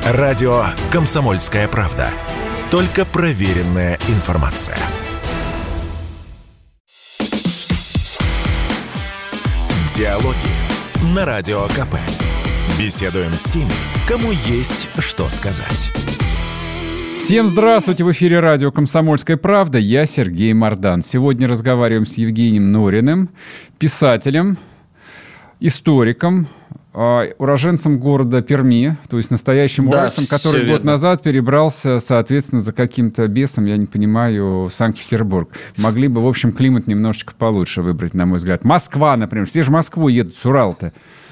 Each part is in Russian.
Радио «Комсомольская правда». Только проверенная информация. Диалоги на Радио КП. Беседуем с теми, кому есть что сказать. Всем здравствуйте! В эфире радио «Комсомольская правда». Я Сергей Мордан. Сегодня разговариваем с Евгением Нориным, писателем, историком, уроженцем города Перми, то есть настоящим уральцем, который год назад перебрался, соответственно, за каким-то бесом, я не понимаю, в Санкт-Петербург. Могли бы, в общем, климат немножечко получше выбрать, на мой взгляд. Москва, например. Все же в Москву едут с Урала-то.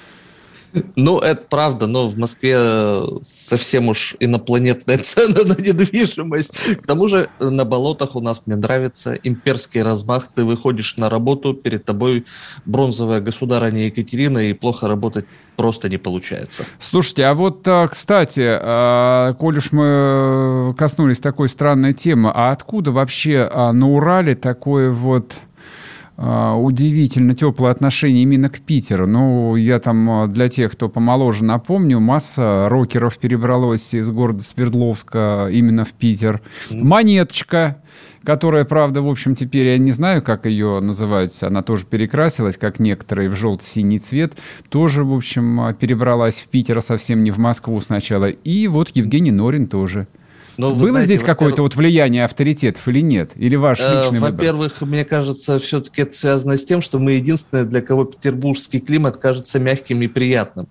Ну, это правда, но в Москве совсем уж инопланетная цена на недвижимость. К тому же на болотах у нас, мне нравится, имперский размах. Ты выходишь на работу, перед тобой бронзовая государыня Екатерина, и плохо работать просто не получается. Слушайте, а вот, кстати, коль уж мы коснулись такой странной темы, а откуда вообще на Урале такое вот... удивительно теплое отношение именно к Питеру? Ну, я там для тех, кто помоложе, напомню, масса рокеров перебралась из города Свердловска именно в Питер. Монеточка, которая, правда, в общем, теперь я не знаю, как ее называть, она тоже перекрасилась, как некоторые, в желто-синий цвет, тоже, в общем, перебралась в Питер, а совсем не в Москву сначала. И вот Евгений Норин тоже. Но, было знаете, здесь какое-то вот влияние авторитетов или нет? Или ваш личный выбор? Во-первых, мне кажется, все-таки это связано с тем, что мы единственные, для кого петербургский климат кажется мягким и приятным.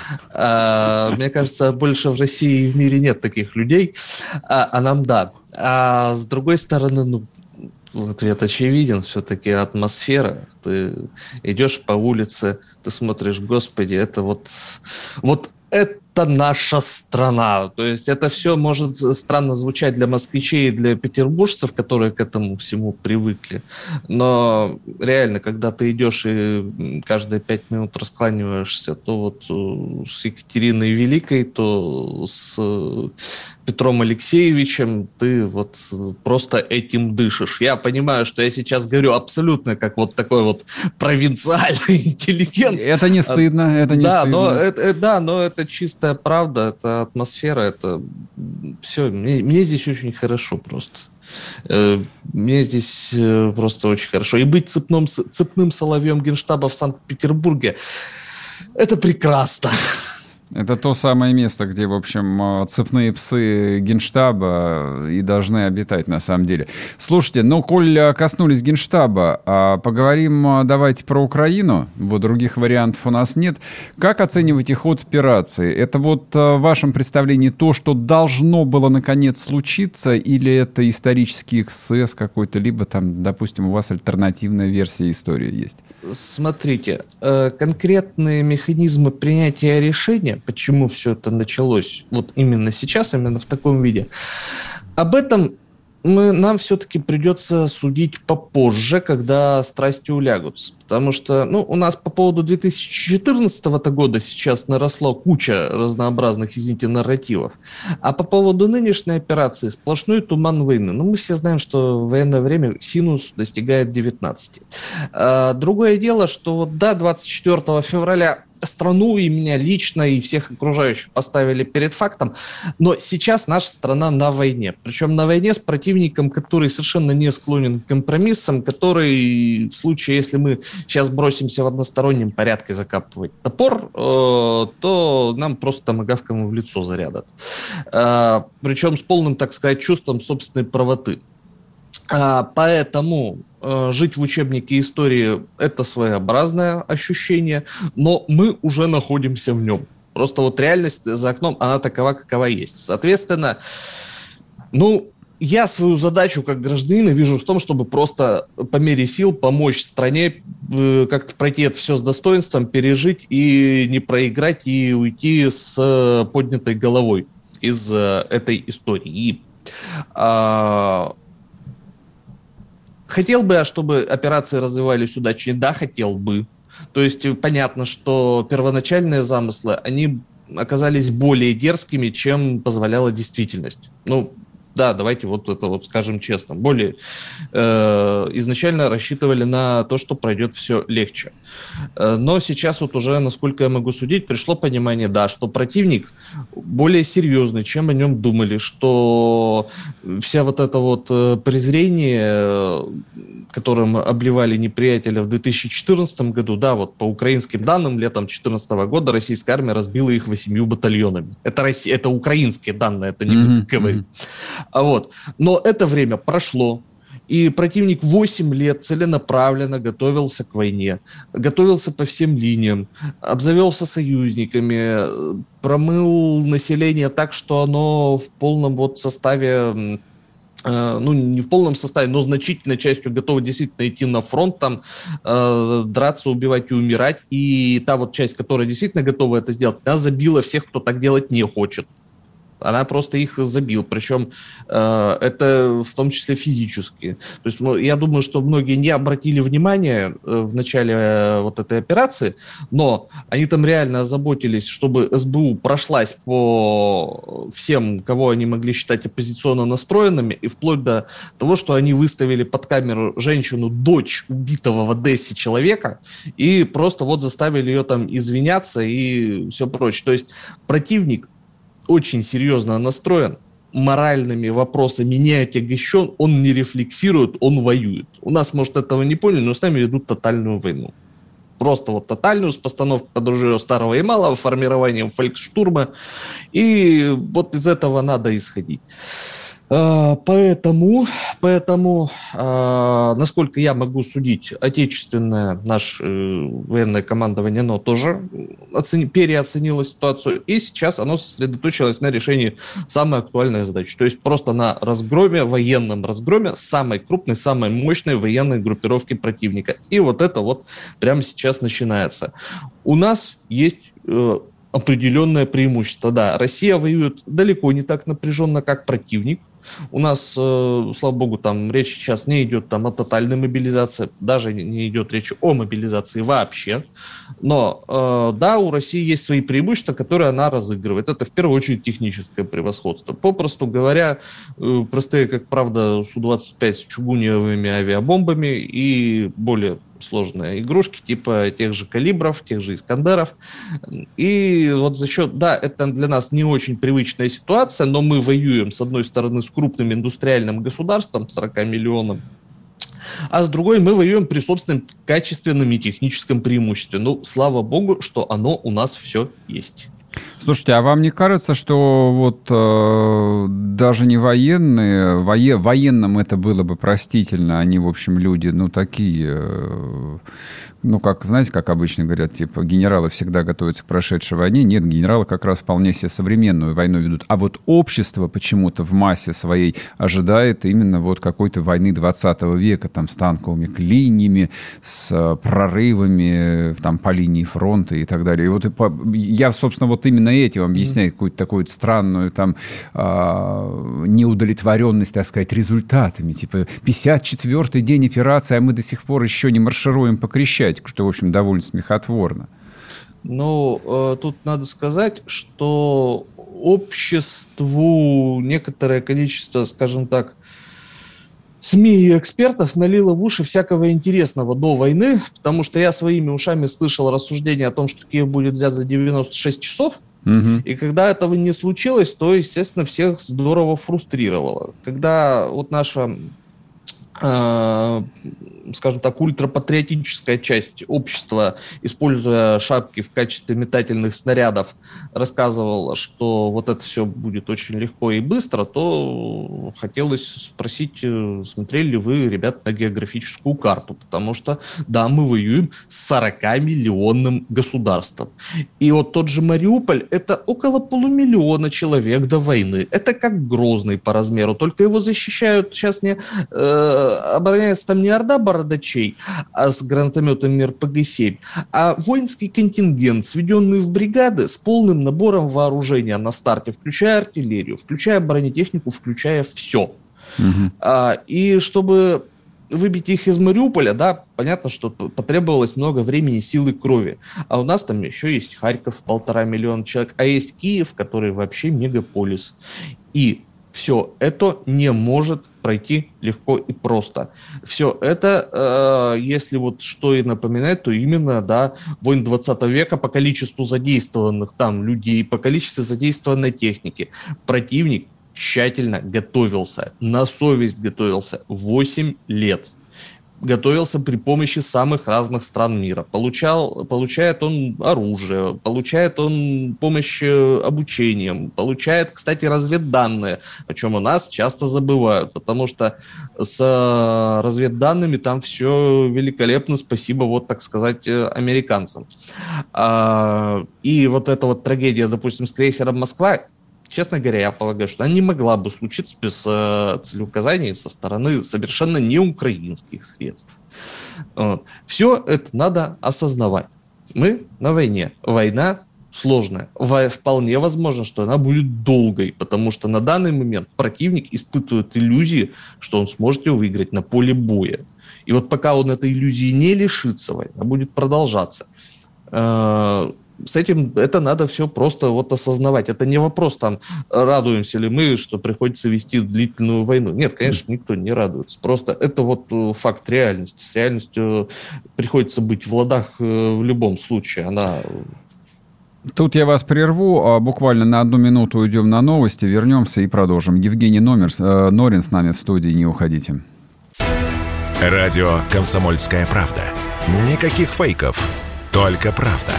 Мне кажется, больше в России и в мире нет таких людей, а нам да. А с другой стороны, ответ очевиден, все-таки атмосфера. Ты идешь по улице, ты смотришь, господи, это вот это наша страна. То есть это все может странно звучать для москвичей и для петербуржцев, которые к этому всему привыкли. Но реально, когда ты идешь и каждые 5 минут раскланиваешься, то вот с Екатериной Великой, то с Петром Алексеевичем, ты вот просто этим дышишь. Я понимаю, что я сейчас говорю абсолютно как вот такой вот провинциальный интеллигент. Это не стыдно, это не стыдно. Но это чистая правда, это атмосфера, это все. Мне здесь очень хорошо просто. Мне здесь просто очень хорошо. И быть цепным соловьем Генштаба в Санкт-Петербурге – это прекрасно. Это то самое место, где, в общем, цепные псы Генштаба и должны обитать, на самом деле. Слушайте, коль коснулись Генштаба, поговорим давайте про Украину. Вот других вариантов у нас нет. Как оцениваете ход операции? Это вот в вашем представлении то, что должно было наконец случиться, или это исторический эксцесс какой-то, либо там, допустим, у вас альтернативная версия истории есть? Смотрите, конкретные механизмы принятия решения, почему все это началось вот именно сейчас, именно в таком виде, об этом нам все-таки придется судить попозже, когда страсти улягутся. Потому что у нас по поводу 2014 года сейчас наросла куча разнообразных, нарративов. А по поводу нынешней операции сплошной туман войны. Мы все знаем, что в военное время синус достигает 19. Другое дело, что 24 февраля страну и меня лично, и всех окружающих поставили перед фактом, но сейчас наша страна на войне. Причем на войне с противником, который совершенно не склонен к компромиссам, который в случае, если мы сейчас бросимся в одностороннем порядке закапывать топор, то нам просто томагавком в лицо зарядят. Причем с полным, так сказать, чувством собственной правоты. Поэтому жить в учебнике истории – это своеобразное ощущение, но мы уже находимся в нем. Просто вот реальность за окном, она такова, какова есть. Соответственно, я свою задачу как гражданина вижу в том, чтобы просто по мере сил помочь стране как-то пройти это все с достоинством, пережить и не проиграть, и уйти с поднятой головой из этой истории. Хотел бы я, чтобы операции развивались удачнее? Да, хотел бы. То есть понятно, что первоначальные замыслы, они оказались более дерзкими, чем позволяла действительность. Да, давайте вот это вот скажем честно. Более изначально рассчитывали на то, что пройдет все легче. Но сейчас вот уже, насколько я могу судить, пришло понимание, да, что противник более серьезный, чем о нем думали, что вся вот это вот презрение, которым обливали неприятеля в 2014 году, да, вот по украинским данным, летом 2014 года российская армия разбила их 8 батальонами. Это украинские данные, это не мы говорим. Вот. Но это время прошло, и противник 8 лет целенаправленно готовился к войне, готовился по всем линиям, обзавелся союзниками, промыл население так, что оно в полном вот составе, ну, не в полном составе, но значительной частью готовы действительно идти на фронт, там, драться, убивать и умирать. И та вот часть, которая действительно готова это сделать, она забила всех, кто так делать не хочет. Она просто их забила, причем это в том числе физически. То есть я думаю, что многие не обратили внимания в начале вот этой операции, но они там реально озаботились, чтобы СБУ прошлась по всем, кого они могли считать оппозиционно настроенными, и вплоть до того, что они выставили под камеру женщину, дочь убитого в Одессе человека, и просто вот заставили ее там извиняться и все прочее. То есть противник очень серьезно настроен, моральными вопросами не отягощен, он не рефлексирует, он воюет. У нас, может, этого не поняли, но с нами ведут тотальную войну. Просто вот тотальную, с постановкой под ружье старого и малого, формированием фольксштурма. И вот из этого надо исходить. Поэтому, насколько я могу судить, наше военное командование, оно тоже переоценило ситуацию, и сейчас оно сосредоточилось на решении самой актуальной задачи, то есть просто на военном разгроме самой крупной, самой мощной военной группировки противника. И вот это вот прямо сейчас начинается. У нас есть определенное преимущество. Да, Россия воюет далеко не так напряженно, как противник. У нас, слава богу, там речь сейчас не идет там о тотальной мобилизации, даже не идет речь о мобилизации вообще. Но да, у России есть свои преимущества, которые она разыгрывает. Это в первую очередь техническое превосходство. Попросту говоря, простые, как правда, Су-25 с чугуниевыми авиабомбами и более сложные игрушки типа тех же калибров, тех же Искандеров. И вот за счет, да, это для нас не очень привычная ситуация, но мы воюем, с одной стороны, с крупным индустриальным государством, 40 миллионов, а с другой мы воюем при собственном качественном и техническом преимуществе. Ну, слава богу, что оно у нас все есть. Слушайте, а вам не кажется, что вот даже не военные, военным это было бы простительно, они, в общем, люди, ну, такие, ну, как, знаете, как обычно говорят, типа, генералы всегда готовятся к прошедшей войне. Нет, генералы как раз вполне себе современную войну ведут. А вот общество почему-то в массе своей ожидает именно вот какой-то войны 20 века, там, с танковыми клиньями, с прорывами, там, по линии фронта и так далее. И вот я, собственно, вот именно этим объясняю какую-то такую странную там неудовлетворенность, так сказать, результатами. Типа 54-й день операции, а мы до сих пор еще не маршируем по Крещатику, что, в общем, довольно смехотворно. Ну, тут надо сказать, что обществу некоторое количество, скажем так, СМИ и экспертов налило в уши всякого интересного до войны, потому что я своими ушами слышал рассуждения о том, что Киев будет взят за 96 часов, и когда этого не случилось, то, естественно, всех здорово фрустрировало. Когда вот наша, скажем так, ультрапатриотическая часть общества, используя шапки в качестве метательных снарядов, рассказывала, что вот это все будет очень легко и быстро, то хотелось спросить, смотрели ли вы, ребят, на географическую карту, потому что, да, мы воюем с 40-миллионным государством. И вот тот же Мариуполь — это около 500 000 человек до войны. Это как Грозный по размеру, только его защищают сейчас не... обороняется там не орда бородачей, а с гранатометами РПГ-7, а воинский контингент, сведенный в бригады с полным набором вооружения на старте, включая артиллерию, включая бронетехнику, включая все. И чтобы выбить их из Мариуполя, да, понятно, что потребовалось много времени, силы, крови. А у нас там еще есть Харьков, 1,5 миллиона человек, а есть Киев, который вообще мегаполис. И Все это не может пройти легко и просто. Все это, если вот что и напоминает, то именно, да, войн 20 века по количеству задействованных там людей, по количеству задействованной техники. Противник тщательно готовился, на совесть готовился 8 лет. Готовился при помощи самых разных стран мира. Получает он оружие, получает он помощь обучением, получает, кстати, разведданные, о чем у нас часто забывают, потому что с разведданными там все великолепно, спасибо, вот так сказать, американцам. И вот эта вот трагедия, допустим, с крейсером «Москва», честно говоря, я полагаю, что она не могла бы случиться без целеуказаний со стороны совершенно не украинских средств. Все это надо осознавать. Мы на войне. Война сложная. Вполне возможно, что она будет долгой, потому что на данный момент противник испытывает иллюзии, что он сможет ее выиграть на поле боя. И вот пока он этой иллюзии не лишится, война будет продолжаться. С этим это надо все просто вот осознавать. Это не вопрос, там, радуемся ли мы, что приходится вести длительную войну. Нет, конечно, никто не радуется. Просто это вот факт реальности. С реальностью приходится быть в ладах в любом случае. Она... Тут я вас прерву. Буквально на 1 минуту уйдем на новости, вернемся и продолжим. Евгений Норин с нами в студии. Не уходите. Радио «Комсомольская правда». Никаких фейков, только правда.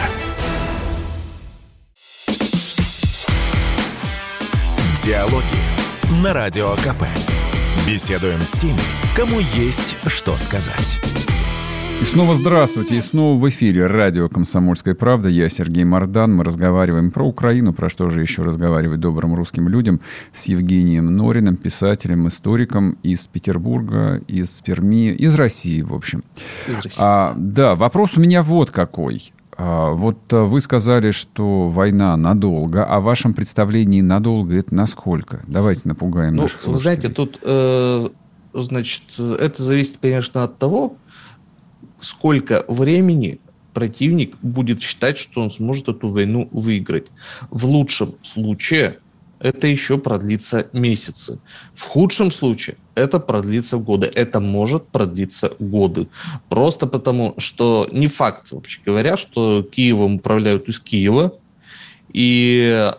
Диалоги на Радио КП. Беседуем с теми, кому есть что сказать. И снова здравствуйте, и снова в эфире радио «Комсомольская правда». Я Сергей Мордан. Мы разговариваем про Украину, про что же еще разговаривать добрым русским людям, с Евгением Нориным, писателем, историком из Петербурга, из Перми, из России, в общем. Из России. Да, вопрос у меня вот какой. Вот вы сказали, что война надолго, а в вашем представлении надолго это насколько? Давайте напугаем наших слушателей. Вы знаете, тут, значит, это зависит, конечно, от того, сколько времени противник будет считать, что он сможет эту войну выиграть. В лучшем случае это еще продлится месяцы. В худшем случае это продлится годы. Это может продлиться годы. Просто потому, что не факт, вообще говоря, что Киевом управляют из Киева, и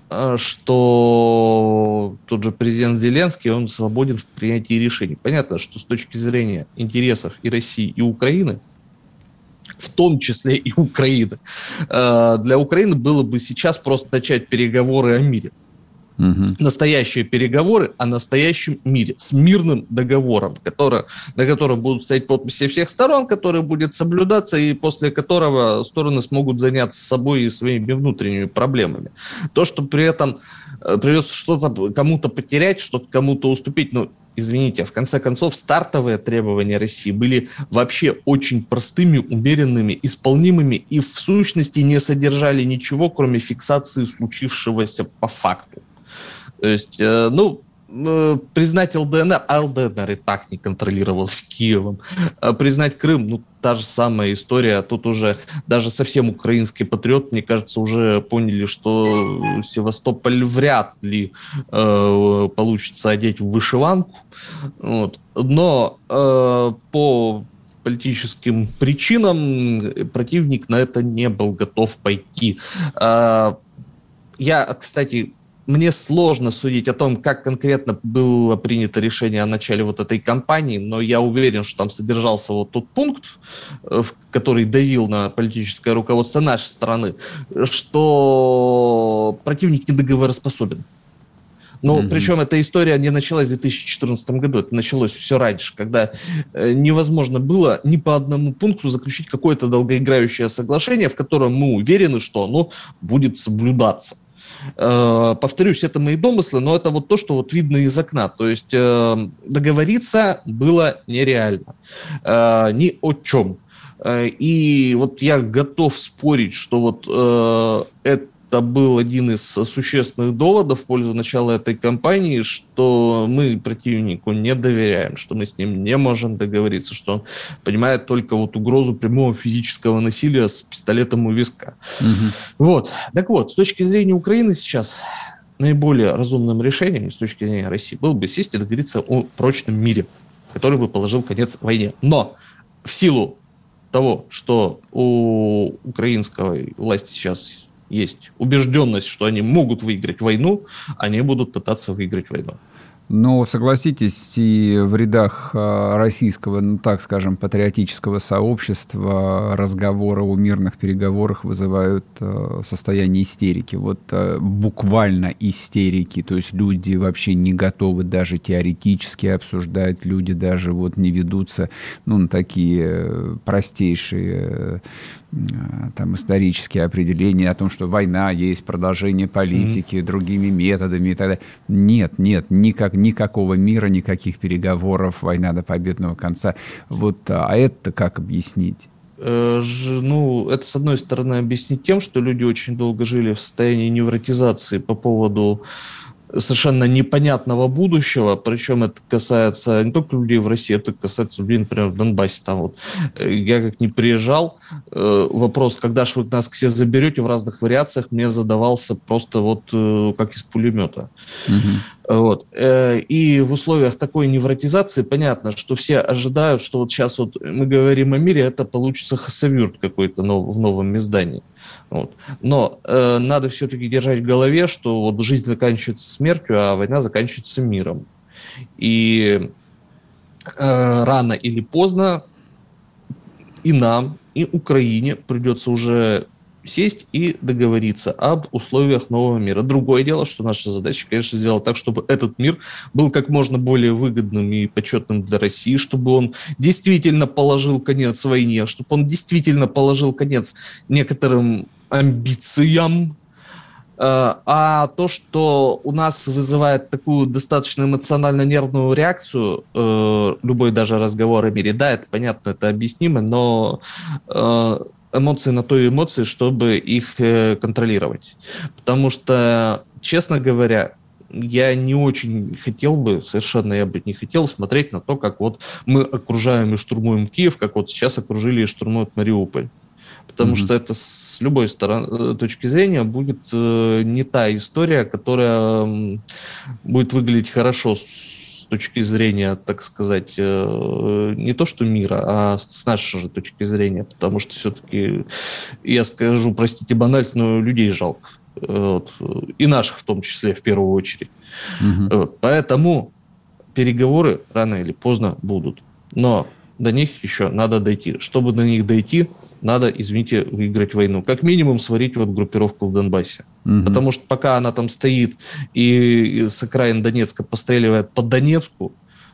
что тот же президент Зеленский, он свободен в принятии решений. Понятно, что с точки зрения интересов и России, и Украины, в том числе и Украины, для Украины было бы сейчас просто начать переговоры о мире. Настоящие переговоры о настоящем мире с мирным договором, на котором будут стоять подписи всех сторон, который будет соблюдаться и после которого стороны смогут заняться собой и своими внутренними проблемами. То, что при этом придется что-то кому-то потерять, что-то кому-то уступить, извините, в конце концов, стартовые требования России были вообще очень простыми, умеренными, исполнимыми и в сущности не содержали ничего, кроме фиксации случившегося по факту. То есть, признать ЛДНР, а ЛДНР и так не контролировалась Киевом, признать Крым, та же самая история, тут уже даже совсем украинские патриоты, мне кажется, уже поняли, что Севастополь вряд ли получится одеть в вышиванку, но по политическим причинам противник на это не был готов пойти. Мне сложно судить о том, как конкретно было принято решение о начале вот этой кампании, но я уверен, что там содержался вот тот пункт, который давил на политическое руководство нашей страны, что противник недоговороспособен. Причем эта история не началась в 2014 году, это началось все раньше, когда невозможно было ни по одному пункту заключить какое-то долгоиграющее соглашение, в котором мы уверены, что оно будет соблюдаться. Повторюсь, это мои домыслы, но это вот то, что вот видно из окна. То есть договориться было нереально. Ни о чем. И вот я готов спорить, что вот это был один из существенных доводов в пользу начала этой кампании, что мы противнику не доверяем, что мы с ним не можем договориться, что он понимает только вот угрозу прямого физического насилия с пистолетом у виска. Так вот, с точки зрения Украины сейчас наиболее разумным решением с точки зрения России было бы сесть и договориться о прочном мире, который бы положил конец войне. Но в силу того, что у украинской власти сейчас есть убежденность, что они могут выиграть войну, они будут пытаться выиграть войну. Но, согласитесь, и в рядах российского, ну так скажем, патриотического сообщества разговоры о мирных переговорах вызывают состояние истерики. Вот буквально истерики. То есть люди вообще не готовы даже теоретически обсуждать, люди даже вот не ведутся на такие простейшие там исторические определения о том, что война есть продолжение политики другими методами и так далее. Нет, никакого мира, никаких переговоров, война до победного конца. Вот, а это как объяснить? Это, с одной стороны, объяснить тем, что люди очень долго жили в состоянии невротизации по поводу совершенно непонятного будущего, причем это касается не только людей в России, это касается людей, например, в Донбассе. Там вот я как не приезжал, вопрос, когда же вы нас все заберете в разных вариациях, мне задавался просто вот как из пулемета. Вот. И в условиях такой невротизации понятно, что все ожидают, что вот сейчас вот мы говорим о мире, это получится хасавюрт какой-то в новом издании. Вот. Но надо все-таки держать в голове, что вот жизнь заканчивается смертью, а война заканчивается миром. И рано или поздно и нам, и Украине придется уже сесть и договориться об условиях нового мира. Другое дело, что наша задача, конечно, сделать так, чтобы этот мир был как можно более выгодным и почетным для России, чтобы он действительно положил конец войне, чтобы он действительно положил конец некоторым амбициям. А то, что у нас вызывает такую достаточно эмоционально-нервную реакцию, любой даже разговор о мире, да, это понятно, это объяснимо, но эмоции на то и эмоции, чтобы их контролировать. Потому что, честно говоря, я не очень хотел бы, совершенно я бы не хотел смотреть на то, как вот мы окружаем и штурмуем Киев, как вот сейчас окружили и штурмуют Мариуполь. Потому что это с любой точки зрения будет не та история, которая будет выглядеть хорошо с точки зрения, так сказать, не то что мира, а с нашей же точки зрения. Потому что все-таки, я скажу, простите банальность, но людей жалко. Вот. И наших в том числе, в первую очередь. Вот. Поэтому переговоры рано или поздно будут. Но до них еще надо дойти. Чтобы до них дойти, надо, извините, выиграть войну. Как минимум сварить вот группировку в Донбассе. Потому что пока она там стоит и с окраин Донецка постреливает по Донецку,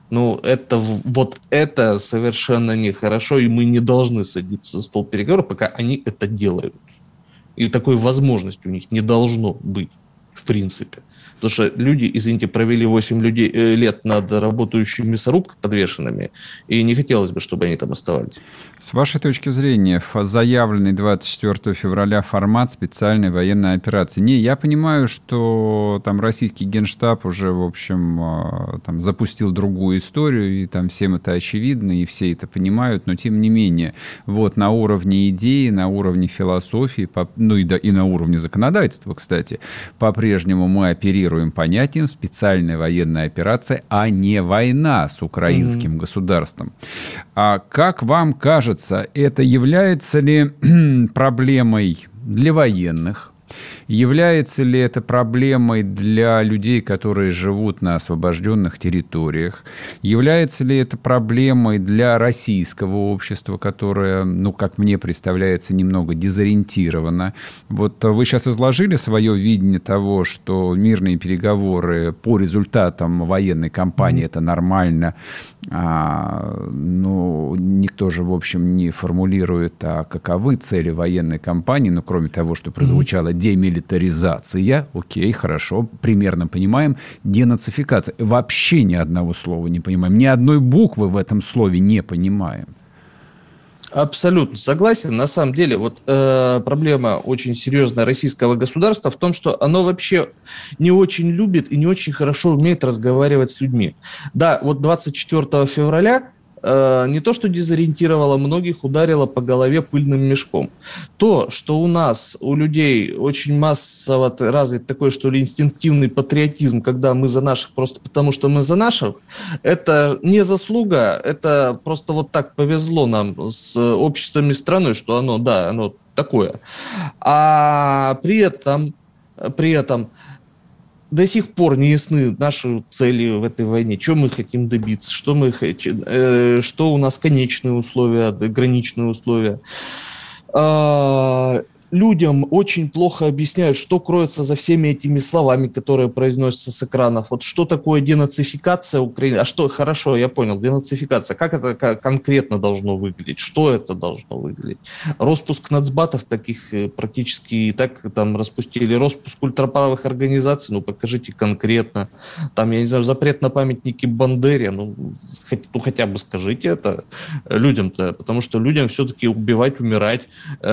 это совершенно нехорошо, и мы не должны садиться за стол переговоров, пока они это делают. И такой возможности у них не должно быть, в принципе. Потому что люди, извините, провели 8 лет над работающими мясорубкой подвешенными, и не хотелось бы, чтобы они там оставались. С вашей точки зрения, заявленный 24 февраля формат специальной военной операции. Я понимаю, что там российский генштаб уже, в общем, там запустил другую историю, и там всем это очевидно, и все это понимают, но тем не менее, вот на уровне идеи, на уровне философии, и на уровне законодательства, кстати, по-прежнему мы оперируем понятием специальная военная операция, а не война с украинским государством. А как вам кажется, это является ли проблемой для военных? Является ли это проблемой для людей, которые живут на освобожденных территориях? Является ли это проблемой для российского общества, которое, как мне представляется, немного дезориентировано? Вот вы сейчас изложили свое видение того, что мирные переговоры по результатам военной кампании это нормально, но никто же, в общем, не формулирует, каковы цели военной кампании, кроме того, что прозвучало демилитаризация, окей, хорошо, примерно понимаем, денацификация. Вообще ни одного слова не понимаем, ни одной буквы в этом слове не понимаем. Абсолютно согласен. На самом деле, проблема очень серьезная российского государства в том, что оно вообще не очень любит и не очень хорошо умеет разговаривать с людьми. Да, 24 февраля не то что дезориентировало, многих ударило по голове пыльным мешком. То, что у нас, у людей очень массово развит такой, что ли, инстинктивный патриотизм, когда мы за наших просто потому, что мы за наших, это не заслуга, это просто вот так повезло нам с обществом и страной, что оно такое. А при этом до сих пор не ясны наши цели в этой войне, что мы хотим добиться, что у нас конечные условия, граничные условия. Людям очень плохо объясняют, что кроется за всеми этими словами, которые произносятся с экранов. Вот что такое денацификация Украины? Хорошо, я понял, денацификация. Как это конкретно должно выглядеть? Что это должно выглядеть? Распуск нацбатов таких практически и так там распустили. Распуск ультраправых организаций, покажите конкретно. Там, я не знаю, запрет на памятники Бандере. Хотя бы скажите это людям-то, потому что людям все-таки убивать, умирать,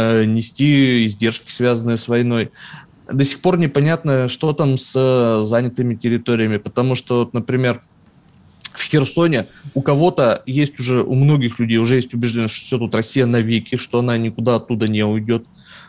нести издержки, связанные с войной. До сих пор непонятно, что там с занятыми территориями, потому что, например, в Херсоне у кого-то есть уже, у многих людей уже есть убежденность, что все тут Россия навеки, что она никуда оттуда не уйдет.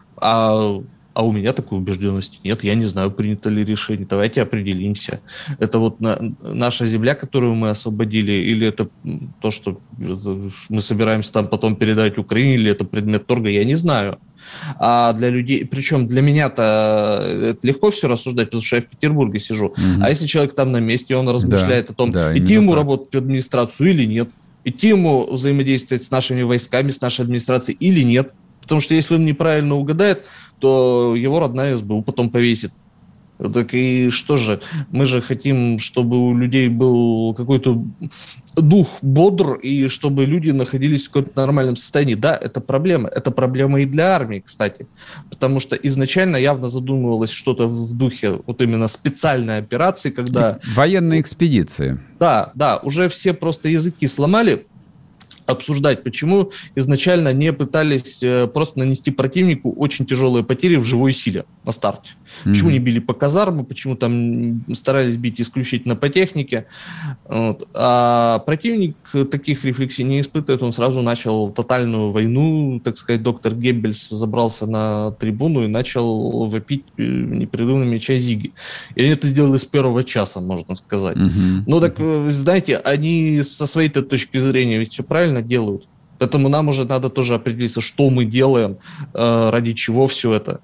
А у меня такой убежденности нет. Я не знаю, принято ли решение. Давайте определимся. Это вот наша земля, которую мы освободили, или это то, что мы собираемся там потом передать Украине, или это предмет торга, я не знаю. А для людей, причем для меня-то это легко все рассуждать, потому что я в Петербурге сижу. А если человек там на месте, он размышляет о том, идти ему работать в администрацию или нет, идти ему взаимодействовать с нашими войсками, с нашей администрацией или нет. Потому что если он неправильно угадает, то его родная СБУ потом повесит. Так и что же? Мы же хотим, чтобы у людей был какой-то дух бодр, и чтобы люди находились в каком-то нормальном состоянии. Да, это проблема. Это проблема и для армии, кстати. Потому что изначально явно задумывалось что-то в духе вот именно специальной операции, когда... Военные экспедиции. Да, уже все просто языки сломали, обсуждать, почему изначально не пытались просто нанести противнику очень тяжелые потери в живой силе на старте. Почему не били по казармам, почему там старались бить исключительно по технике. Вот. А противник таких рефлексий не испытывает, он сразу начал тотальную войну, так сказать, доктор Геббельс забрался на трибуну и начал вопить непрерывными чайзиги. И они это сделали с первого часа, можно сказать. Ну так, знаете, они со своей точки зрения ведь все правильно делают. Поэтому нам уже надо тоже определиться, что мы делаем, ради чего все это.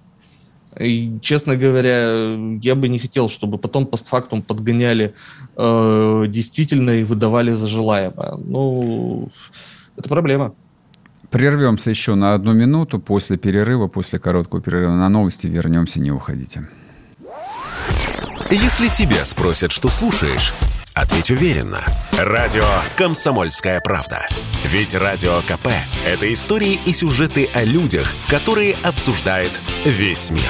И, честно говоря, я бы не хотел, чтобы потом постфактум подгоняли действительно и выдавали за желаемое. Ну, это проблема. Прервемся еще на 1 минуту. После короткого перерыва на новости вернемся, не уходите. Если тебя спросят, что слушаешь, ответь уверенно. Радио «Комсомольская правда». Ведь Радио КП – это истории и сюжеты о людях, которые обсуждает весь мир.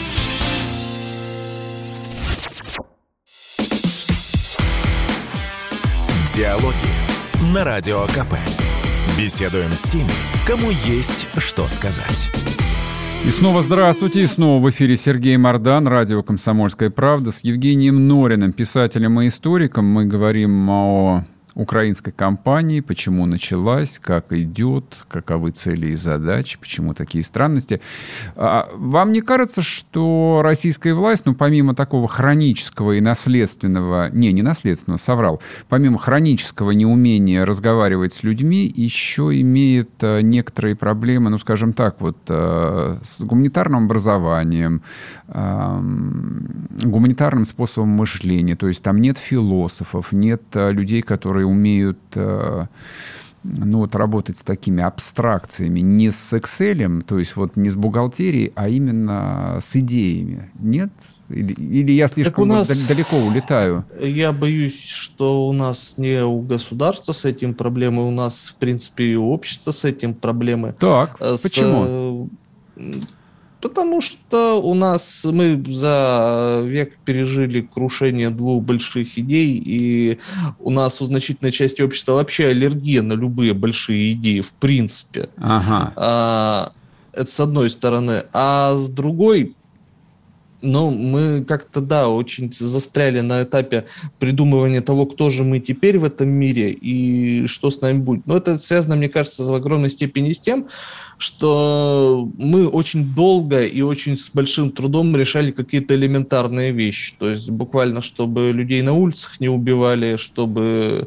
Диалоги на Радио КП. Беседуем с теми, кому есть что сказать. И снова здравствуйте. И снова в эфире Сергей Мордан, радио «Комсомольская правда». С Евгением Нориным, писателем и историком, мы говорим о украинской кампании, почему началась, как идет, каковы цели и задачи, почему такие странности. Вам не кажется, что российская власть, помимо такого хронического и наследственного, помимо хронического неумения разговаривать с людьми, еще имеет некоторые проблемы, скажем так, с гуманитарным образованием, гуманитарным способом мышления, то есть там нет философов, нет людей, которые умеют работать с такими абстракциями, не с Excel, то есть не с бухгалтерией, а именно с идеями. Нет? Или я слишком далеко улетаю? Я боюсь, что у нас не у государства с этим проблемы, у нас, в принципе, и у общества с этим проблемы. Так, почему? Потому что мы за век пережили крушение 2 больших идей, и у нас у значительной части общества вообще аллергия на любые большие идеи, в принципе. Ага. Это с одной стороны. А с другой, Ну, мы как-то, да, очень застряли на этапе придумывания того, кто же мы теперь в этом мире и что с нами будет. Но это связано, мне кажется, в огромной степени с тем, что мы очень долго и очень с большим трудом решали какие-то элементарные вещи. То есть буквально, чтобы людей на улицах не убивали, чтобы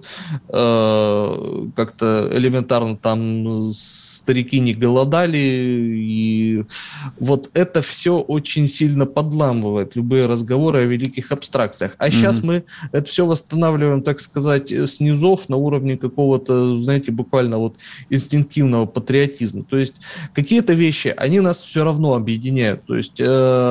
как-то элементарно там старики не голодали. И вот это все очень сильно подламывает любые разговоры о великих абстракциях. А сейчас мы это все восстанавливаем, так сказать, с низов на уровне какого-то, знаете, буквально вот инстинктивного патриотизма. То есть какие-то вещи, они нас все равно объединяют. То есть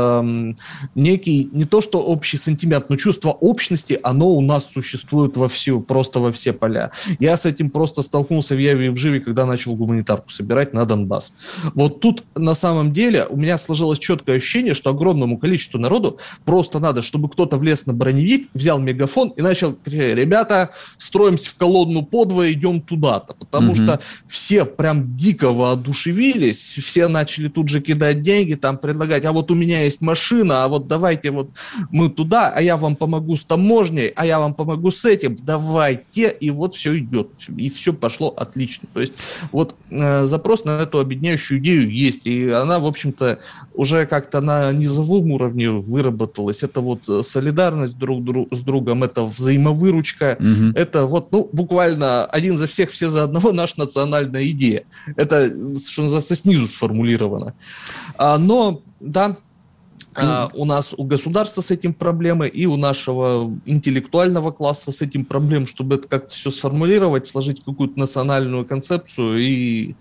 некий, не то что общий сентимент, но чувство общности, оно у нас существует просто во все поля. Я с этим просто столкнулся в Яве и в Живе, когда начал гуманитарку собирать на Донбасс. Вот тут на самом деле у меня сложилось четкое ощущение, что огромному количеству народу просто надо, чтобы кто-то влез на броневик, взял мегафон и начал кричать: ребята, строимся в колонну подвое, идем туда-то. Потому что все прям дико воодушевились, все начали тут же кидать деньги, там предлагать: а вот у меня есть машина, а вот давайте вот мы туда, а я вам помогу с таможней, а я вам помогу с этим, давайте, и вот все идет, и все пошло отлично. То есть вот запрос на эту объединяющую идею есть, и она, в общем-то, уже как-то на низовом уровне выработалась. Это вот солидарность друг с другом, это взаимовыручка, это вот, ну, буквально один за всех, все за одного, наша национальная идея. Это, что называется, снизу сформулировано. Но, да, у нас, у государства с этим проблемы, и у нашего интеллектуального класса с этим проблем, чтобы это как-то все сформулировать, сложить какую-то национальную концепцию и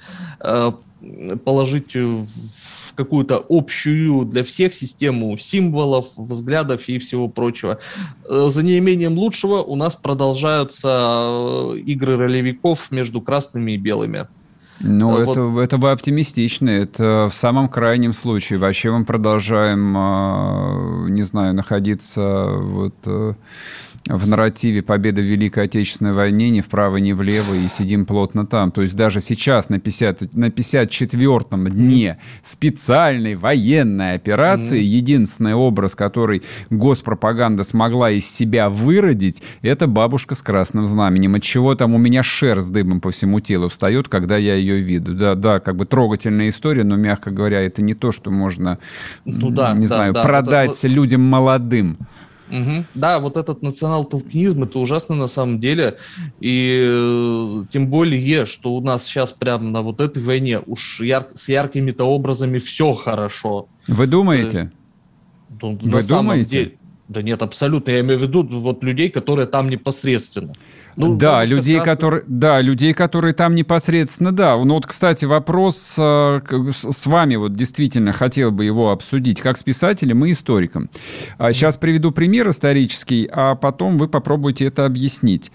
положить в какую-то общую для всех систему символов, взглядов и всего прочего. За неимением лучшего у нас продолжаются игры ролевиков между красными и белыми. Ну, вот. это вы оптимистичны. Это в самом крайнем случае. Вообще мы продолжаем, не знаю, находиться вот в нарративе победы в Великой Отечественной войне ни вправо, ни влево, и сидим плотно там. То есть даже сейчас, на 54-м дне специальной военной операции, единственный образ, который госпропаганда смогла из себя выродить, это бабушка с красным знаменем. Отчего там у меня шерсть дыбом по всему телу встает, когда я ее виду. Да, как бы трогательная история, но, мягко говоря, это не то, что можно, продать людям молодым. Да, вот этот национал-толкинизм, это ужасно на самом деле, и тем более, что у нас сейчас прямо на вот этой войне уж с яркими-то образами все хорошо. Вы думаете? На самом деле. Да нет, абсолютно. Я имею в виду вот людей, которые там непосредственно. Людей, которые там непосредственно, да. Ну вот, кстати, вопрос с вами, вот действительно хотел бы его обсудить, как с писателем и историком. Сейчас приведу пример исторический, а потом вы попробуйте это объяснить.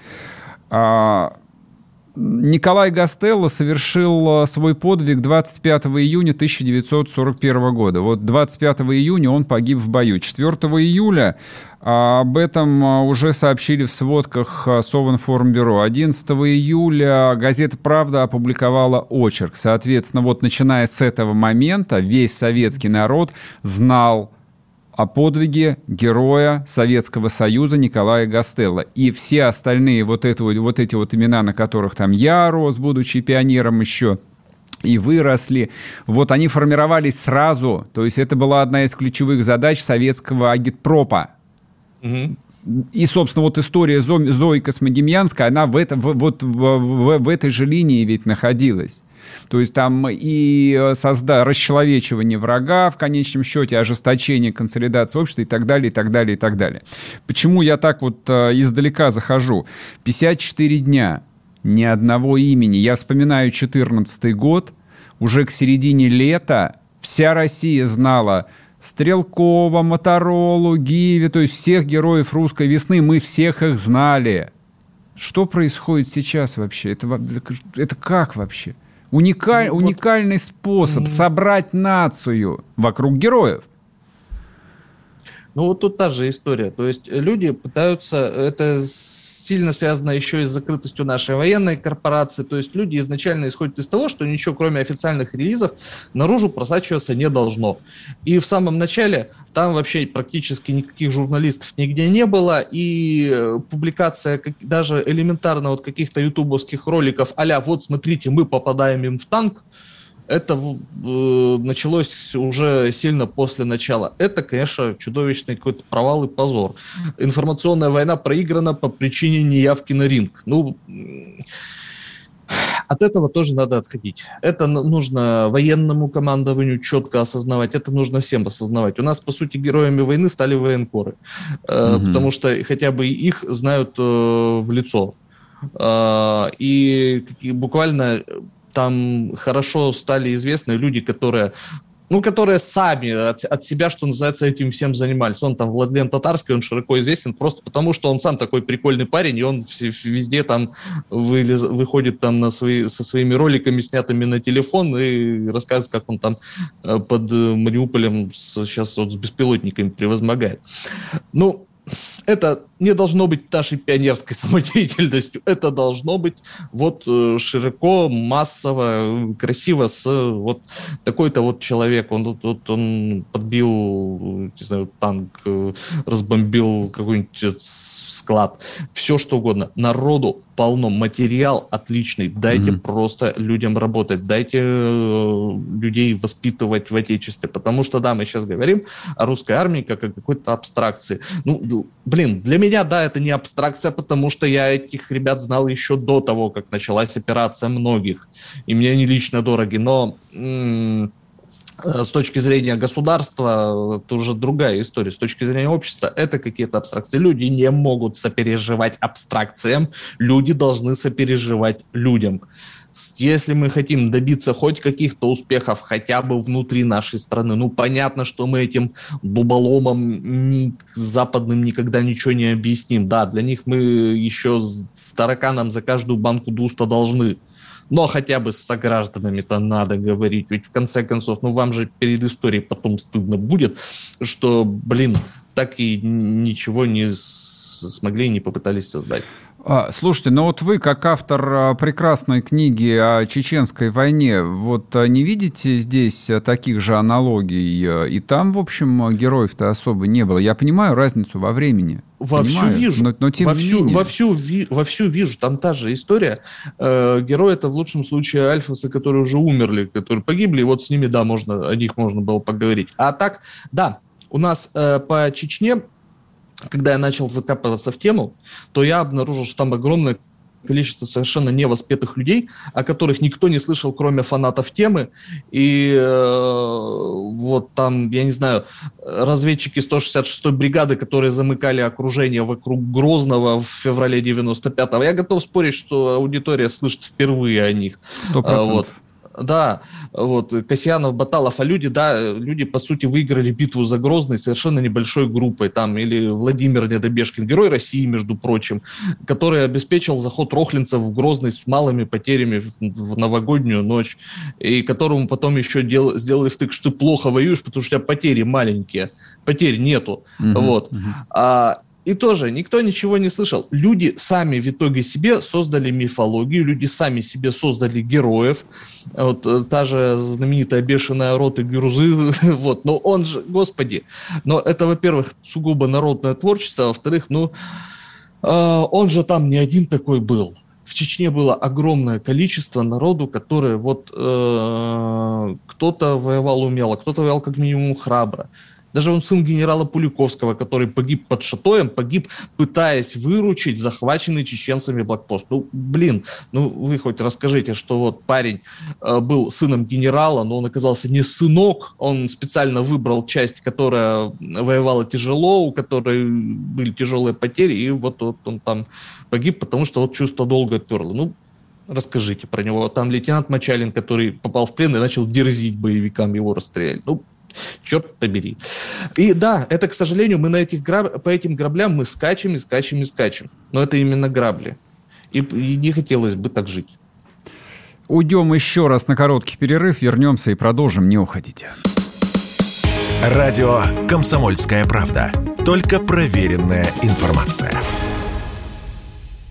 Николай Гастелло совершил свой подвиг 25 июня 1941 года. Вот 25 июня он погиб в бою. 4 июля об этом уже сообщили в сводках Совинформбюро. 11 июля газета «Правда» опубликовала очерк. Соответственно, вот начиная с этого момента весь советский народ знал о подвиге героя Советского Союза Николая Гастелло. И все остальные вот эти имена, на которых там я рос, будучи пионером еще, и выросли, вот они формировались сразу. То есть это была одна из ключевых задач советского агитпропа. И, собственно, вот история Зои Космодемьянской, она в этой же линии ведь находилась. То есть там и расчеловечивание врага в конечном счете, ожесточение, консолидация общества и так далее, и так далее, и так далее. Почему я так вот издалека захожу? 54 дня, ни одного имени. Я вспоминаю 2014 год, уже к середине лета вся Россия знала Стрелкова, Моторолу, Гиви, то есть всех героев русской весны, мы всех их знали. Что происходит сейчас вообще? Это как вообще? Уникальный способ собрать нацию вокруг героев. Ну вот тут та же история. То есть люди пытаются это сильно связано еще и с закрытостью нашей военной корпорации. То есть люди изначально исходят из того, что ничего, кроме официальных релизов, наружу просачиваться не должно. И в самом начале там вообще практически никаких журналистов нигде не было, и публикация даже элементарно вот каких-то ютубовских роликов а-ля «вот смотрите, мы попадаем им в танк», это началось уже сильно после начала. Это, конечно, чудовищный какой-то провал и позор. Информационная война проиграна по причине неявки на ринг. Ну, от этого тоже надо отходить. Это нужно военному командованию четко осознавать, это нужно всем осознавать. У нас, по сути, героями войны стали военкоры, потому что хотя бы их знают в лицо. И буквально там хорошо стали известны люди, которые сами от себя, что называется, этим всем занимались. Он там Владлен Татарский, он широко известен просто потому, что он сам такой прикольный парень, и он везде там выходит там со своими роликами, снятыми на телефон, и рассказывает, как он там под Мариуполем сейчас вот с беспилотниками превозмогает. Ну, это не должно быть нашей пионерской самодеятельностью. Это должно быть вот широко, массово, красиво с вот такой-то вот человек. Он подбил, не знаю, танк, разбомбил какой-нибудь склад. Все что угодно. Народу полно. Материал отличный. Дайте просто людям работать. Дайте людей воспитывать в Отечестве. Потому что, да, мы сейчас говорим о русской армии как о какой-то абстракции. Ну, блин, для меня, да, это не абстракция, потому что я этих ребят знал еще до того, как началась операция многих. И мне они лично дороги. Но с точки зрения государства это уже другая история. С точки зрения общества это какие-то абстракции. Люди не могут сопереживать абстракциям. Люди должны сопереживать людям. Если мы хотим добиться хоть каких-то успехов хотя бы внутри нашей страны, ну, понятно, что мы этим дуболомам западным никогда ничего не объясним. Да, для них мы еще с тараканом за каждую банку дуста должны. Но хотя бы с согражданами-то надо говорить. Ведь в конце концов, ну, вам же перед историей потом стыдно будет, что, блин, так и ничего не смогли и не попытались создать. Слушайте, ну вот вы, как автор прекрасной книги о чеченской войне, вот не видите здесь таких же аналогий? И там, в общем, героев-то особо не было. Я понимаю разницу во времени. Вовсю вижу. Но тем не менее. Вовсю вижу. Там та же история. Герои — это в лучшем случае альфасы, которые уже умерли, которые погибли. И вот с ними, да, о них можно было поговорить. А так, да, у нас по Чечне, когда я начал закапываться в тему, то я обнаружил, что там огромное количество совершенно невоспетых людей, о которых никто не слышал, кроме фанатов темы. И вот там, я не знаю, разведчики 166-й бригады, которые замыкали окружение вокруг Грозного в феврале 95-го. Я готов спорить, что аудитория слышит впервые о них. 100%. Вот. Да, вот, Касьянов, Баталов, а люди, по сути, выиграли битву за Грозный совершенно небольшой группой, там, или Владимир Недобежкин, герой России, между прочим, который обеспечил заход рохлинцев в Грозный с малыми потерями в новогоднюю ночь, и которому потом еще сделали втык, что ты плохо воюешь, потому что у тебя потери маленькие, потерь нету, вот. И тоже никто ничего не слышал. Люди сами в итоге себе создали мифологию, люди сами себе создали героев. Вот та же знаменитая бешеная рота Гюрзы, вот, но он же, господи, но это, во-первых, сугубо народное творчество, а во-вторых, он же там не один такой был. В Чечне было огромное количество народу, которые вот кто-то воевал умело, кто-то воевал как минимум храбро. Даже он сын генерала Пуликовского, который погиб под Шатоем, пытаясь выручить захваченный чеченцами блокпост. Ну, блин, вы хоть расскажите, что вот парень был сыном генерала, но он оказался не сынок, он специально выбрал часть, которая воевала тяжело, у которой были тяжелые потери, и вот он там погиб, потому что вот чувство долга отперло. Ну, расскажите про него. Там лейтенант Мочалин, который попал в плен и начал дерзить боевикам, его расстреляли. Ну, черт побери. И да, это, к сожалению, мы по этим граблям мы скачем. Но это именно грабли. И не хотелось бы так жить. Уйдем еще раз на короткий перерыв, вернемся и продолжим. Не уходите. Радио «Комсомольская правда». Только проверенная информация.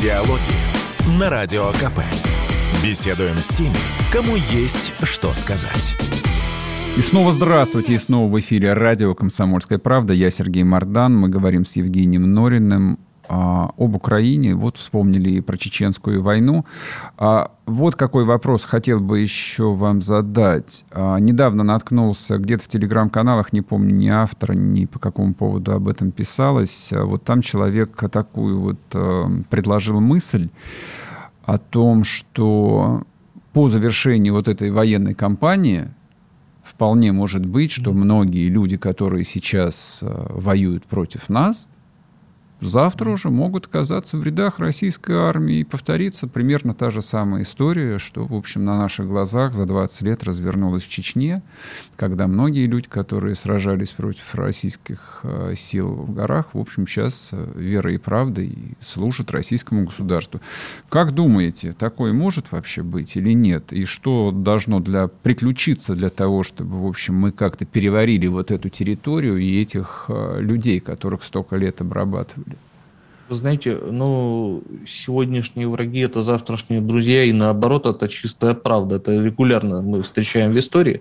Диалоги на Радио КП. Беседуем с теми, кому есть что сказать. И снова здравствуйте, и снова в эфире радио «Комсомольская правда». Я Сергей Мордан. Мы говорим с Евгением Нориным об Украине. Вот вспомнили и про Чеченскую войну. Вот какой вопрос хотел бы еще вам задать. Недавно наткнулся где-то в телеграм-каналах, не помню ни автора, ни по какому поводу об этом писалось. Вот там человек такую вот предложил мысль о том, что по завершении вот этой военной кампании вполне может быть, что многие люди, которые сейчас воюют против нас, завтра уже могут оказаться в рядах российской армии и повторится примерно та же самая история, что, в общем, на наших глазах за 20 лет развернулась в Чечне, когда многие люди, которые сражались против российских сил в горах, в общем, сейчас верой и правдой служат российскому государству. Как думаете, такое может вообще быть или нет? И что должно приключиться для того, чтобы, в общем, мы как-то переварили вот эту территорию и этих людей, которых столько лет обрабатывали? Вы знаете, сегодняшние враги – это завтрашние друзья, и наоборот, это чистая правда. Это регулярно мы встречаем в истории.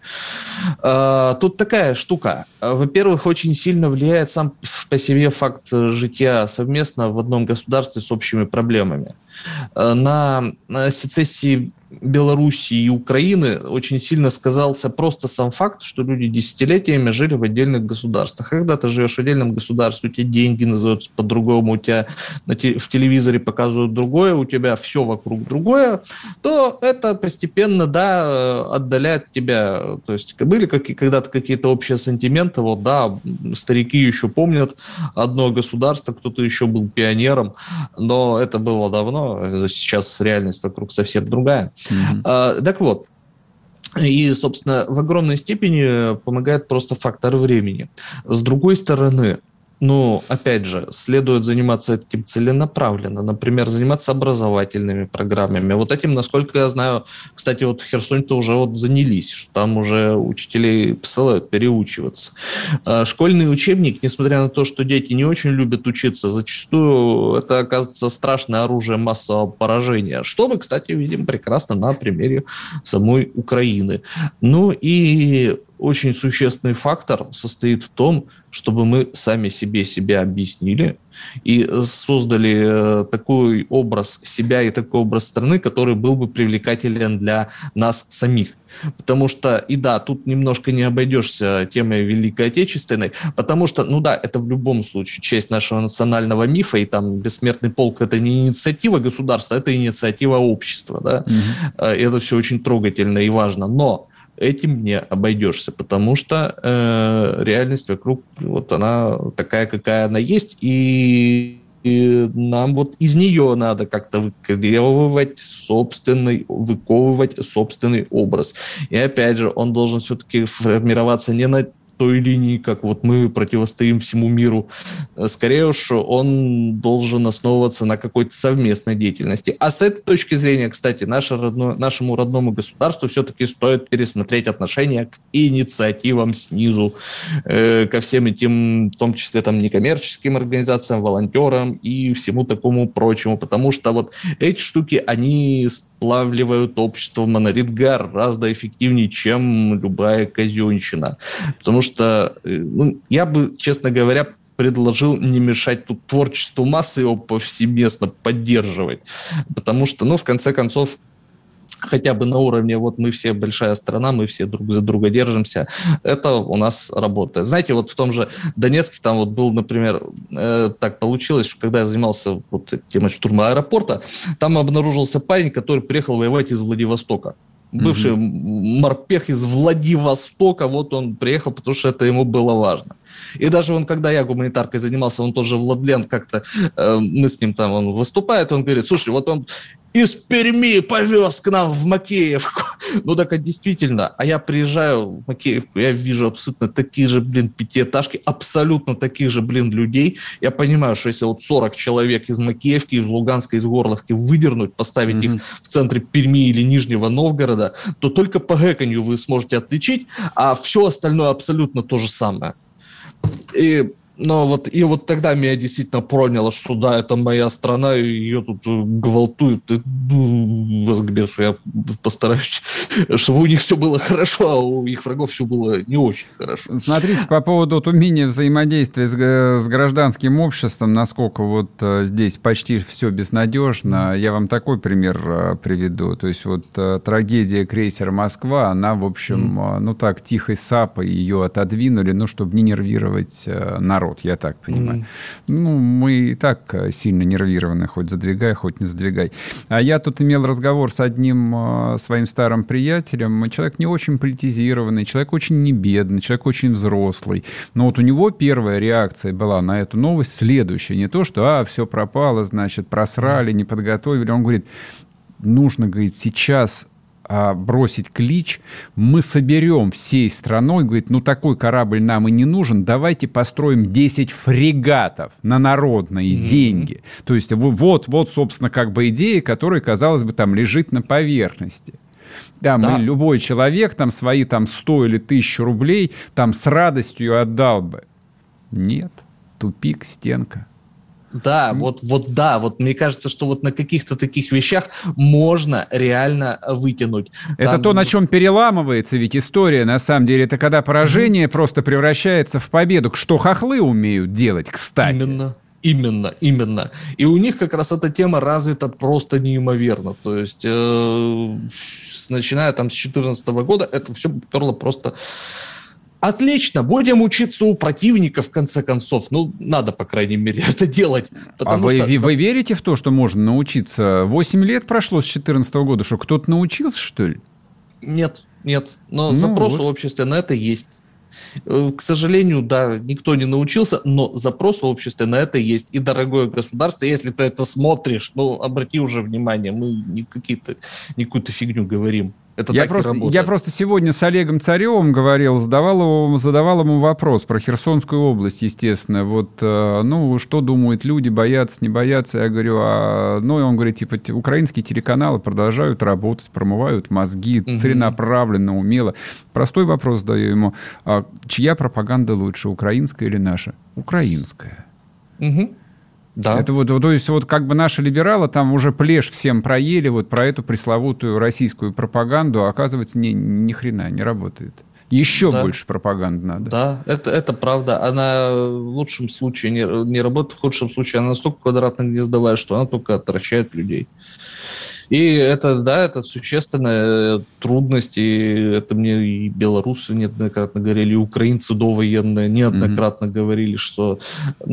Тут такая штука. Во-первых, очень сильно влияет сам по себе факт жития совместно в одном государстве с общими проблемами. На сецессии Белоруссии и Украины очень сильно сказался просто сам факт, что люди десятилетиями жили в отдельных государствах. Когда ты живешь в отдельном государстве, у тебя деньги называются по-другому, у тебя в телевизоре показывают другое, у тебя все вокруг другое, то это постепенно, отдаляет тебя. То есть были когда-то какие-то общие сантименты, старики еще помнят одно государство, кто-то еще был пионером, но это было давно, сейчас реальность вокруг совсем другая. Так вот, и, собственно, в огромной степени помогает просто фактор времени. С другой стороны, опять же, следует заниматься этим целенаправленно, например, заниматься образовательными программами. Вот этим, насколько я знаю, кстати, в Херсоне-то уже занялись, что там уже учителей посылают переучиваться. Школьный учебник, несмотря на то, что дети не очень любят учиться, зачастую это, оказывается, страшное оружие массового поражения, что мы, кстати, видим прекрасно на примере самой Украины. И очень существенный фактор состоит в том, чтобы мы сами себя объяснили и создали такой образ себя и такой образ страны, который был бы привлекателен для нас самих. Потому что, тут немножко не обойдешься темой Великой Отечественной, потому что, это в любом случае часть нашего национального мифа, и там «Бессмертный полк» — это не инициатива государства, это инициатива общества, да? И это все очень трогательно и важно, но этим не обойдешься, потому что реальность вокруг, она такая, какая она есть, и нам из нее надо как-то выковывать собственный образ. И опять же, он должен все-таки формироваться не на той линии, как мы противостоим всему миру. Скорее уж, он должен основываться на какой-то совместной деятельности. А с этой точки зрения, кстати, нашему родному государству все-таки стоит пересмотреть отношение к инициативам снизу, ко всем этим, в том числе некоммерческим организациям, волонтерам и всему такому прочему, потому что эти штуки, они сплавливают общество в монолит гораздо эффективнее, чем любая казенщина. Потому что, я бы, честно говоря, предложил не мешать тут творчеству массы, его повсеместно поддерживать. Потому что, в конце концов, хотя бы на уровне мы все большая страна, мы все друг за друга держимся, это у нас работает. Знаете, в том же Донецке там был, например, так получилось, что когда я занимался темой штурма аэропорта, там обнаружился парень, который приехал воевать из Владивостока. Бывший морпех из Владивостока, он приехал, потому что это ему было важно. И даже когда я гуманитаркой занимался, он тоже Владлен как-то, мы с ним там, он выступает, он говорит, слушай, он из Перми повез к нам в Макеевку. Так действительно. А я приезжаю в Макеевку, я вижу абсолютно такие же, пятиэтажки, абсолютно таких же, людей. Я понимаю, что если 40 человек из Макеевки, из Луганска, из Горловки выдернуть, поставить их в центре Перми или Нижнего Новгорода, то только по гэканью вы сможете отличить, а все остальное абсолютно то же самое. И Но и вот тогда меня действительно проняло, что да, это моя страна, и ее тут гвалтуют. И, вас к бесу, я постараюсь, чтобы у них все было хорошо, а у их врагов все было не очень хорошо. Смотрите, по поводу умения взаимодействия с гражданским обществом, насколько вот здесь почти все безнадежно, я вам такой пример приведу. То есть вот трагедия крейсера «Москва», она, в общем, так, тихой сапой ее отодвинули, чтобы не нервировать народ, я так понимаю. Мы и так сильно нервированы, хоть задвигай, хоть не задвигай. А я тут имел разговор с одним своим старым приятелем. Человек не очень политизированный, человек очень не бедный, человек очень взрослый. Но вот у него первая реакция была на эту новость следующая. Не то, что все пропало, значит, просрали, не подготовили. Он говорит, нужно, говорит, сейчас бросить клич, мы соберем всей страной, говорит, такой корабль нам и не нужен, давайте построим 10 фрегатов на народные деньги. То есть вот, собственно, как бы идея, которая, казалось бы, там лежит на поверхности. Да, любой человек там свои 100 или 1000 рублей там с радостью отдал бы. Нет, тупик, стенка. Да, вот мне кажется, что вот на каких-то таких вещах можно реально вытянуть. Это то, на чем переламывается ведь история, на самом деле. Это когда поражение просто превращается в победу. Что хохлы умеют делать, кстати. Именно. И у них как раз эта тема развита просто неимоверно. То есть, начиная с 2014 года, это все перло просто... Отлично, будем учиться у противника, в конце концов. Надо, по крайней мере, это делать. Вы верите в то, что можно научиться? 8 лет прошло с 2014 года, что кто-то научился, что ли? Нет. Но запрос в обществе на это есть. К сожалению, да, никто не научился, но запрос в обществе на это есть. И, дорогое государство, если ты это смотришь, обрати уже внимание, мы не какую-то фигню говорим. Это я просто сегодня с Олегом Царевым говорил, задавал ему вопрос про Херсонскую область, естественно. Что думают люди, боятся, не боятся. Я говорю, и он говорит, украинские телеканалы продолжают работать, промывают мозги, целенаправленно, умело. Простой вопрос даю ему, чья пропаганда лучше, украинская или наша? Украинская. Да. Это то есть как бы наши либералы там уже плешь всем проели про эту пресловутую российскую пропаганду, а оказывается, ни хрена не работает. Еще больше пропаганды надо. Да, это правда. Она в лучшем случае не работает, в худшем случае она настолько квадратно-гнездовая, что она только отвращает людей. И это существенная трудность, и это мне и белорусы неоднократно говорили, и украинцы довоенные неоднократно говорили, что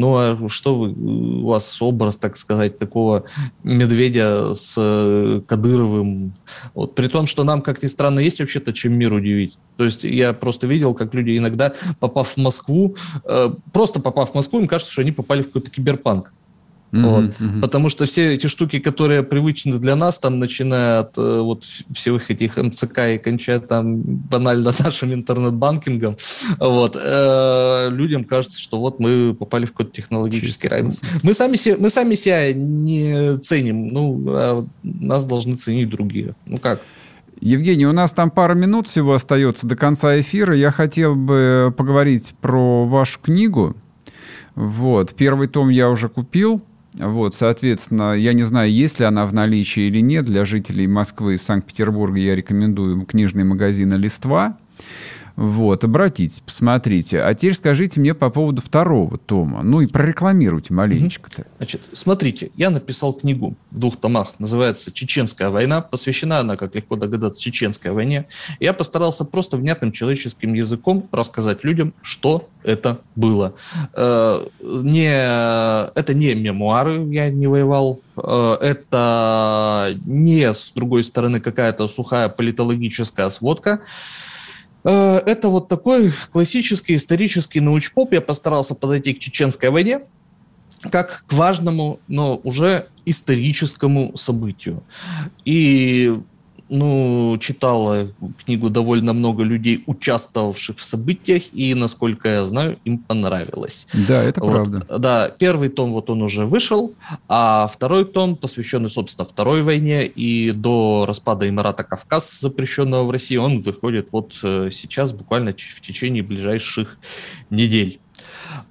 у вас образ, так сказать, такого медведя с Кадыровым. При том, что нам, как ни странно, есть вообще-то чем мир удивить. То есть я просто видел, как люди иногда, попав в Москву, им кажется, что они попали в какой-то киберпанк. Потому что все эти штуки, которые привычны для нас, начиная от всех этих МЦК и кончая банально нашим интернет-банкингом, людям кажется, что мы попали в какой-то технологический рай. Мы сами себя не ценим, нас должны ценить другие. Как? Евгений, у нас там пара минут всего остается до конца эфира. Я хотел бы поговорить про вашу книгу. Первый том я уже купил. Соответственно, я не знаю, есть ли она в наличии или нет. Для жителей Москвы и Санкт-Петербурга я рекомендую книжные магазины «Листва». Обратитесь, посмотрите. А теперь скажите мне по поводу второго тома. И прорекламируйте маленечко-то. Значит, смотрите, я написал книгу в 2 томах. Называется «Чеченская война». Посвящена она, как легко догадаться, Чеченской войне. Я постарался просто внятным человеческим языком рассказать людям, что это было. Это не мемуары, я не воевал. Это не, с другой стороны, какая-то сухая политологическая сводка. Это такой классический исторический научпоп. Я постарался подойти к Чеченской войне как к важному, но уже историческому событию. И читало книгу довольно много людей, участвовавших в событиях, и, насколько я знаю, им понравилось. Да, это правда. Да, первый том он уже вышел, а второй том, посвященный, собственно, Второй войне, и до распада Эмирата Кавказ, запрещенного в России, он выходит сейчас, буквально в течение ближайших недель.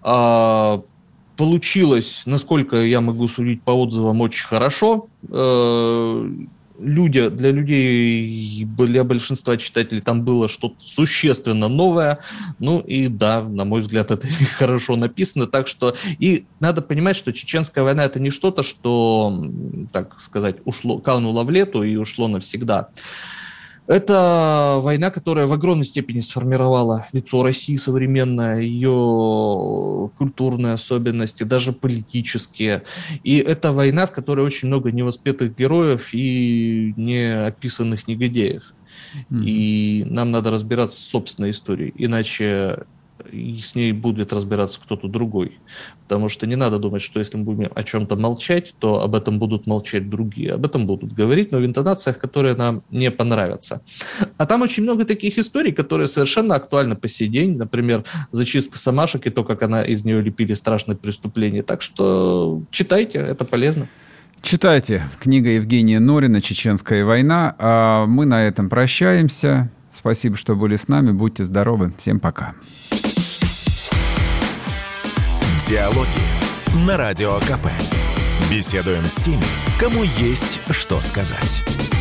Получилось, насколько я могу судить по отзывам, очень хорошо. Для большинства читателей там было что-то существенно новое. Ну и да, на мой взгляд, это хорошо написано. Так что и надо понимать, что Чеченская война — это не что-то, что, так сказать, кануло в лету и ушло навсегда. Это война, которая в огромной степени сформировала лицо России современное, ее культурные особенности, даже политические. И это война, в которой очень много невоспетых героев и неописанных негодяев. И нам надо разбираться с собственной историей, иначе с ней будет разбираться кто-то другой. Потому что не надо думать, что если мы будем о чем-то молчать, то об этом будут молчать другие. Об этом будут говорить, но в интонациях, которые нам не понравятся. А там очень много таких историй, которые совершенно актуальны по сей день. Например, зачистка Самашек и то, как из нее лепили страшные преступления. Так что читайте, это полезно. Читайте. Книга Евгения Норина «Чеченская война». А мы на этом прощаемся. Спасибо, что были с нами. Будьте здоровы. Всем пока. Диалоги на Радио КП. Беседуем с теми, кому есть что сказать.